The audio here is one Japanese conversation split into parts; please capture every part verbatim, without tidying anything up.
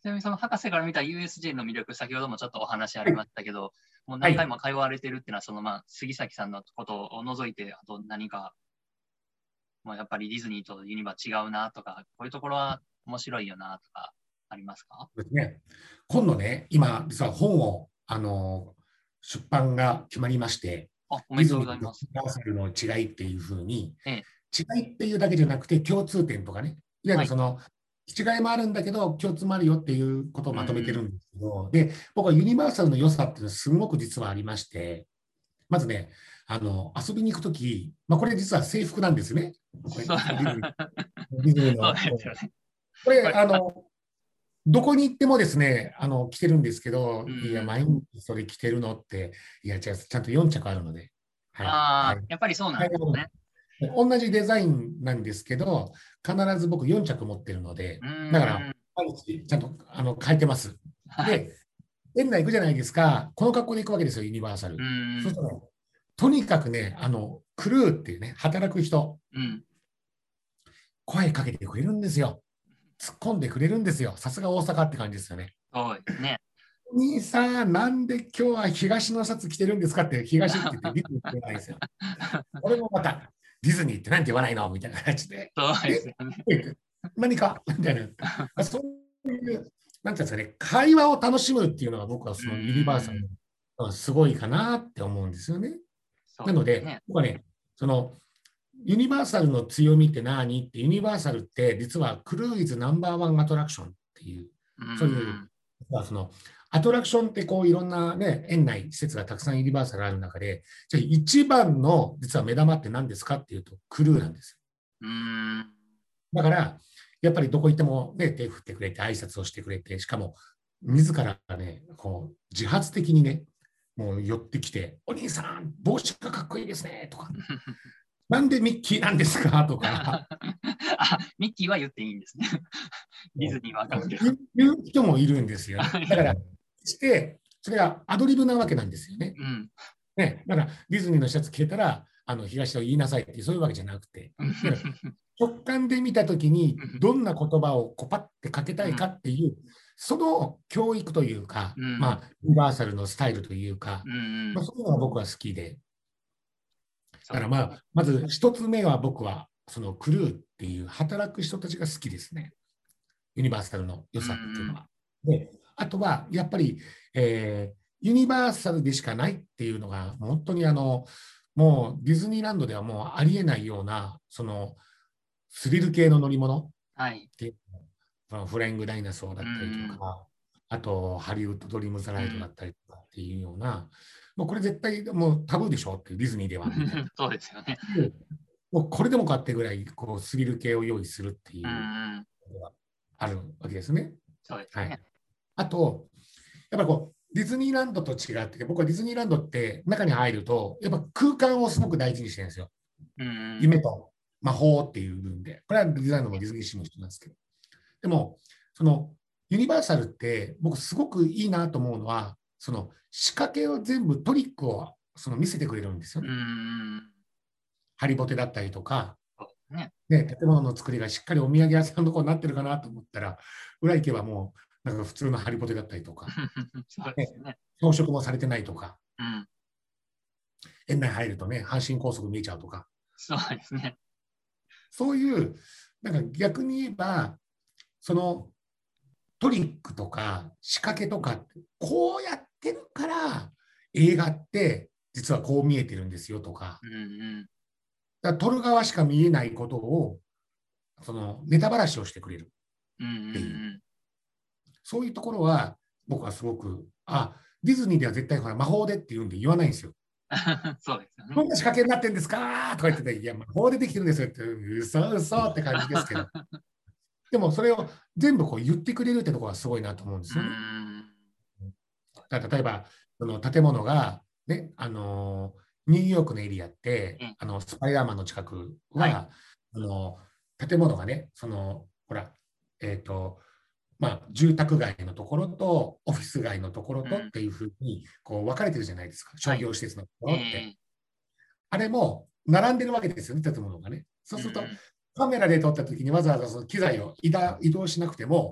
ちなみにその博士から見た ユーエスジェー の魅力、先ほどもちょっとお話ありましたけど、もう何回も通われてるっていうのは、そのまあ杉崎さんのことを除いて、あと何か、もうやっぱりディズニーとユニバ違うなとか、こういうところは面白いよなとか、ありますか？ ですね。今度ね、今、実は本を、あの、出版が決まりまして、 あ、おめでとうディズニーとユございます。 ニバーサルの違いっていうふうに、 ええ、 違いっていうだけじゃなくて共通点とかね、いわゆはい。 るその、違いもあるんだけど、共通もあるよっていうことをうんうまとめてるん。 んですけど、で、僕はユニバーサルの良さっていうのはすごく実はありまして、まずね、あの、遊びに行くとき、まあ、これ実は制服なんですね。これ、 そうそのディズニー、ディズニーそうの、 ですよね。 これ、 これ、あ、 あの、どこに行ってもですね、あの、着てるんですけど、いや、 うんうん。 毎日それ着てるのって、いや、じゃあ、ちゃんとよん着あるので、はい。はい。 ああ、やっぱりそうなんですね。 同じデザインなんですけど、必ず僕よん着持ってるので、 うだから、 ーん。 毎日ちゃんとあの変えてます。 はい。 で、園内行くじゃないですか、この格好で行くわけですよ、ユニバーサうル。 ーん。 そうすると、とにかくね、あの、クルーっていうね、働く人、 うん。 声かけてくれるんですよ。突っ込んでくれるんですよ。さすが大阪って感じですよね。 そうですね。 お兄さん、なんで今日は東のシャツ着てるんですかって、東って言ってディズニーって言わないんですよ。これもまた、ディズニーってなんて言わないのみたいな感じで。 そうですえよね。 何かみたいな。そういう、なんていうんですかね、会話を楽しむっていうのが僕はうそのユニバーサルーん。 のすごいかなって思うんですよね。 そうなので、 ですね。 僕はね、そのユニバーサルの強みって何って、ユニバーサルって実はクルーイズナンバーワンアトラクションっていう、 うーそういう、 ん。 そのアトラクションってこういろんなね、園内施設がたくさんユニバーサルある中で、じゃあ一番の実は目玉って何ですかっていうと、クルーなんですよ。 うーん。 だから、やっぱりどこ行っても、ね、手振ってくれて、挨拶をしてくれて、しかも、自らね、こう自発的にね、もう寄ってきて、お兄さん、帽子がかっこいいですねとか、なんでミッキーなんですかとか、 あ、ミッキーは言っていいんですね。ディズニーはあかんけど。 言う人もいるんですよね。だから、して、それがアドリブなわけなんですよね。 うん。 ね、だからディズニーのシャツ着てたら、あの東と言いなさいってそういうわけじゃなくて、だから直感で見たときに、どんな言葉をこパってかけたいかっていう、その教育というか、 うん。 まあ、ユニバーサルのスタイルというか、 うん。 まあ、そういうのが僕は好きで、 そうですね。 だからまあ、まず一つ目は僕は、そのクルーっていう働く人たちが好きですね。ユニバーサルの良うさっていうのん。 は。で、あとは、やっぱり、えーユニバーサルでしかないっていうのが、本当にあの、もうディズニーランドではもうありえないような、そのスリル系の乗り物っはい。 ていう、そのフライングダイナソーだうったりとん。 か、あとハリウッドドリームザライドだうん。 ったりとかっていうような、もうこれ絶対もうタブーでしょっていうディズニーではみたいな。 そうですよね。 もうこれでもかってぐらいこうスリル系を用意するってういうん。 のがあるわけですね。はい。 そうですね。 あと、やっぱこう、ディズニーランドと違って、僕はディズニーランドって中に入ると、やっぱ空間をすごく大事にしてるんですよ。 うん。 夢と魔法っていう部分で。これはデザインのもディズニーシーも一緒なんですけど。でも、そのユニバーサルって僕すごくいいなと思うのは、その仕掛けを全部トリックをその見せてくれるんですようね。 ん。 ハリボテだったりとか、 そうですね。 ね、建物の作りがしっかりお土産屋さんのところになってるかなと思ったら、裏行けばもうなんか普通のハリボテだったりとか、 そうでね、 すよね。 装飾もされてないとか、 うん。 園内入るとね、阪神高速見えちゃうとか、 そうですね。 そういう、なんか逆に言えば、そのトリックとか仕掛けとか、こうやってるから映画って実はこう見えてるんですよとか、 うん。 だから撮る側しか見えないことを、そのネタばらしをしてくれるっうん。うていう、 ん。 そういうところは僕はすごく、あ、ディズニーでは絶対ほら魔法でっていうんで言わないんですよ。 そうですよね。 どんな仕掛けになってんですかとか言ってて、いや、魔法でできてるんですよって、うそうそって感じですけど、でもそれを全部こう言ってくれるってところがすごいなと思うんでうすよね。 ん。 だから例えば、その建物が、ね、あのニューヨークのエリアって、 えあのスパイダーマンの近くはい。 は、あの建物がね、そのほら、えっ、と、まあ、住宅街のところとオフィス街のところうん。 とっていうふうにこう分かれてるじゃないですか、商はい。 業施設のところって。 ええあれも並んでるわけですよね、建物がね。そうすると、 うん。 カメラで撮ったときにわざわざその機材を移動移動しなくても、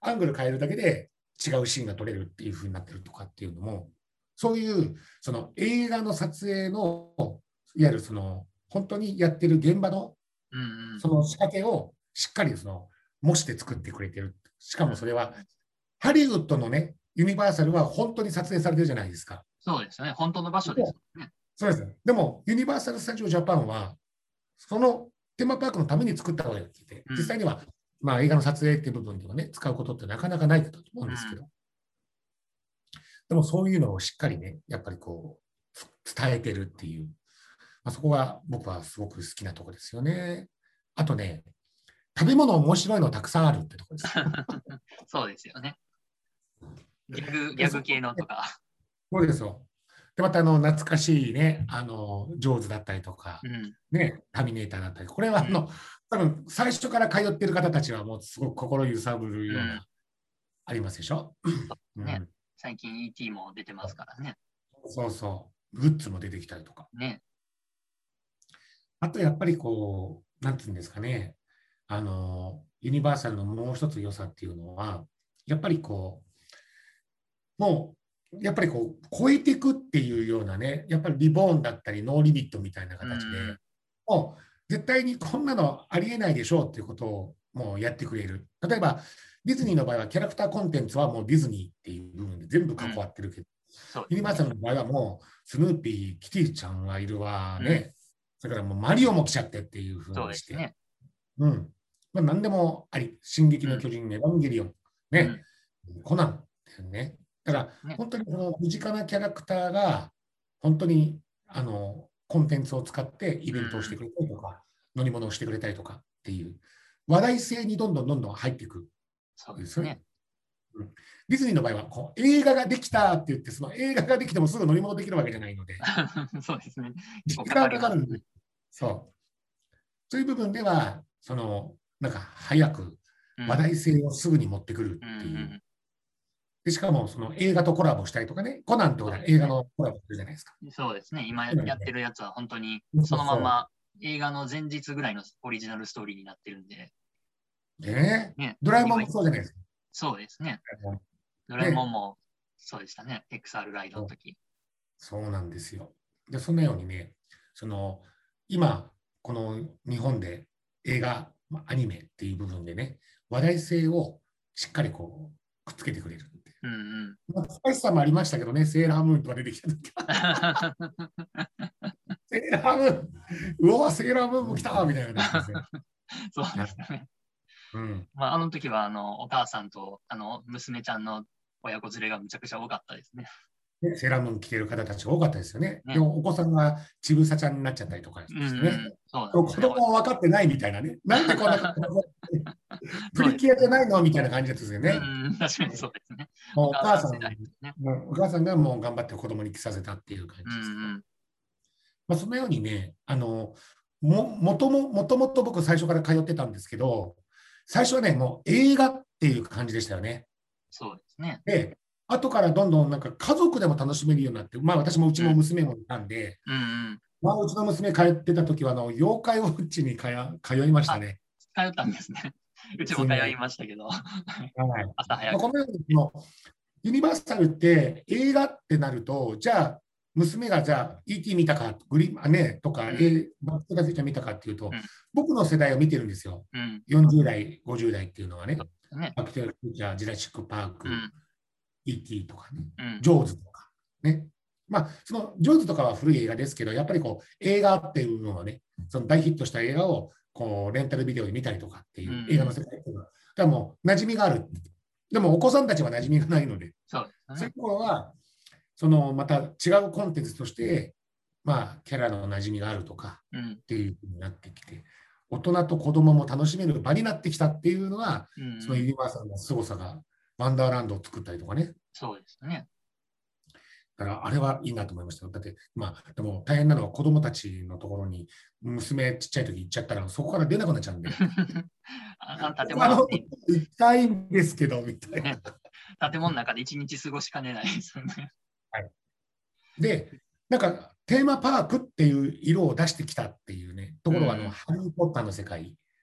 アングル変えるだけで違うシーンが撮れるっていう風になってるとかっていうのも、そういうその映画の撮影の、いわゆるその本当にやってる現場のうんうん。 その仕掛けをしっかりその模して作ってくれてる。しかもそれはハリウッドのね、ユニバーサルは本当に撮影されてるじゃないですか。 そうですね。本当の場所ですもんね。 そうです。でも、ユニバーサル・スタジオ・ジャパンは、そのテーマパークのために作ったわけで、 うん。 実際には、まあ、映画の撮影っていう部分ではね、使うことってなかなかないかと思うんうん。 ですけど、でもそういうのをしっかりね、やっぱりこう、伝えてるっていう、まあ、そこが僕はすごく好きなところですよね。あとね、食べ物面白いのたくさんあるってところです。 そうですよね。ギャグ、ギでそャグ系のとか。 そうですよ。で、またあの懐かしいね、あの、ジョーズだったりとか、 うん。 ね、ターミネーターだったり、これうん。 はあの、多分最初から通ってる方たちはもうすごく心揺さぶるうん。 ような、ありますでしょ。 ね。 うん。 最近 イーティー も出てますからね。 そうそう。グッズも出てきたりとか。 ね。 あとやっぱりこう、なんていうんですかね、あの、ユニバーサルのもう一つ良さっていうのは、やっぱりこう、もう、やっぱりこう、超えていくっていうようなね、やっぱりリボーンだったり、ノーリミットみたいなうん。 形で、もう絶対にこんなのありえないでしょうっていうことをもうやってくれる。例えば、ディズニーの場合はキャラクターコンテンツはもうディズニーっていう部分で全部関うん。 わってるけど、 そうですね。 ユニバーサルの場合はもうスヌーピー、キティちゃんがいるわうん。 ね、それからもうマリオも来ちゃってっていうふうにして、 そうですね。 うん。まあ、何でもあり、進撃うん。 の巨人、エヴァンゲリオン、ね、 うん。 コナンっていうね。だから、 そうですね。 本当にこの身近なキャラクターが、本当にあのコンテンツを使ってイうん。 ベントをしてくれたりとか、乗り物をしてくれたりとかっていう、話題性にどんどんどんどん入っていく。 そうですそれね。 うん、ディズニーの場合はこう映画ができたって言って、その映画ができてもすぐ乗り物できるわけじゃないので、 そうですね。結構かか時間りますよね。 かかるんで、そう。そういう部分では、その、なんか早くうん。 話題性をすぐに持ってくるうんうっていう。 ん。 で、しかもその映画とコラボしたりとかね、コナンってほら映画そうですね。 のコラボするじゃないですか。 そうですね。今やってそうなんでるやつは本当にそそうそのまま映画の前日ぐらいのオリジナルストーリーになってるんで、 う。ね、 ね。今、 ドラえもんもそうじゃないですか。 そうですね。ドラえもんね、 もそうでしたね。エクサールライドのそう時。 そうなんですよ。で、そのようにね、その今、この日本で映画、まあアニメっていう部分でね、話題性をしっかりこうくっつけてくれるって。 うんうん。 まあ、スパイスさんもありましたけどね、セーラームーンとか出てきた時は、セーラームーン、うわ、セーラームーンも来たみたいな感じですね。 そうですね。 うん、 まあ、あの時は、あの、お母さんと、あの、娘ちゃんの親子連れがむちゃくちゃ多かったですね。 ね、セーラームーン着てる方たちが多かったですよね。でね。 もお子さんがちぶさちゃんになっちゃったりとかうんしてね。 うん。そうなん子ですね。 供は分かってないみたいなね。なんでこんなプそうリですね。 キュアじゃないのみたいな感じですようね。 ん、確かにそうですね。おもうお母さん世母さん、 代ですね。 もうお母さんがもう頑張って子供に着させたっていう感うんじですけど。 うん。 まあ、そのようにね、あの、も、もとも、もともと僕最初から通ってたんですけど、最初はね、もう映画っていう感じでしたよね。 そうですね。 で、後からどんどんなんか家族でも楽しめるようになって、まあ私もうちうん。 も娘もいたんで、 うんうん。 まあうちの娘通ってた時はあの妖怪ウォッチに通通いましたあ、 ね。 通ったんですね。うちも通い娘。 ましたけど、 はい。まあ、 朝早く。 このようにのユニバーサルって映画ってなると、じゃあ娘がじゃあ イーティー 見たか、グリーン、あね、とか、 うん。 えバックがついた見たかっていうと、 うん。 僕の世代を見てるんですよ。 うん。 よんじゅう代、ごじゅう代っていうのはね、 そうですね。 バックテルフューチャー、ジュラシック・パーク、 うん。 イーティー とかね、 うん。 ジョーズとかね。まあ、そのジョーズとかは古い映画ですけど、やっぱりこう映画っていうのはね、その大ヒットした映画をこうレンタルビデオで見たりとかってうん。ういう映画のん。 世界っていうのは、だからもう馴染みがある。でもお子さんたちは馴染みがないので、 そうですね。 そういうところは、そのまた違うコンテンツとして、まあ、キャラの馴染みがあるとかうん。 っていうふうになってきて、大人と子供も楽しめる場になってきたっていうのが、 うん。うそのユん。 ニバーサルの凄さが、ワンダーランドを作ったりとかね、 そうですね。 だからあれはいいなと思いましたよ。だって、まあ、でも大変なのは子供たちのところに娘ちっちゃい時行っちゃったら、そこから出なくなっちゃうんで、 あ、あ建他の物に、 行きたいんですけど、みたいな。 ね、建物の中で一日過ごしかねないですよね。 はい、で、なんかテーマパークっていう色を出してきたっていうね、ところはあの、 うん。 ハリー・ポッターの世界。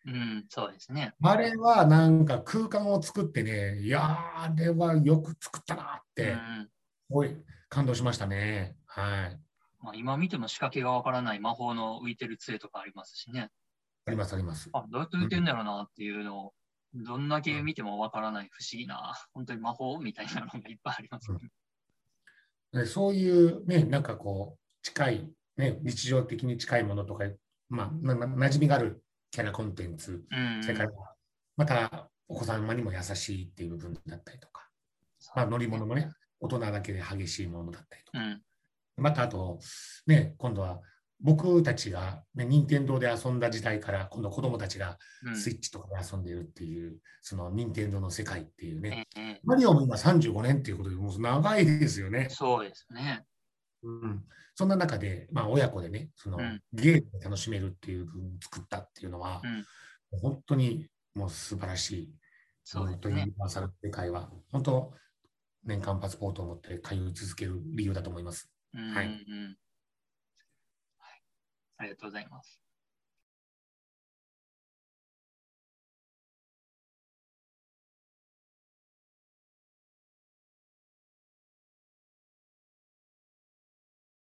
うん、そうですね。 あれはなんか空間を作ってね、いやー、あれはよく作ったなっうんうて、 ん。 すごい感動しましたね。はい。 まあ、今見ても仕掛けがわからない魔法の浮いてる杖とかありますしね。 あります、あります。 あ、どうやって浮いてんうん。 だろうなっていうのを、どんだけうん見てもわからない不思議な、本当に魔法みたいなのがいっぱいありますね。 でそういうね、なんかこう、近い、ね、日常的に近いものとか、まあ、なな馴染みがあるキャラコンテンツ、 うんそれから、 うん。 またお子様にも優しいっていう部分だったりとか、まあ、乗りそうですね。 物もね、大人だけで激しいものだったりとか、 うん。 またあと、ね、今度は僕たちが、ね、任天堂で遊んだ時代から、今度子供たちがうん。 スイッチとかで遊んでいるっていう、その任天堂の世界っていうね、 ええ、 マリオも今さんじゅうごねんっていうことで、もう長いですよね。 そうですね。 うん、そんな中で、まあ、親子でね、そのうん。 ゲームで楽しめるっていう風に作ったっていうのは、 うん。 本当にもう素晴らしい、本当にユそうですね。 ニバーサル世界は、本当、年間パスポートを持って通い続ける理由だと思います。 うんうんはい。 うん。はい。ありがとうございます。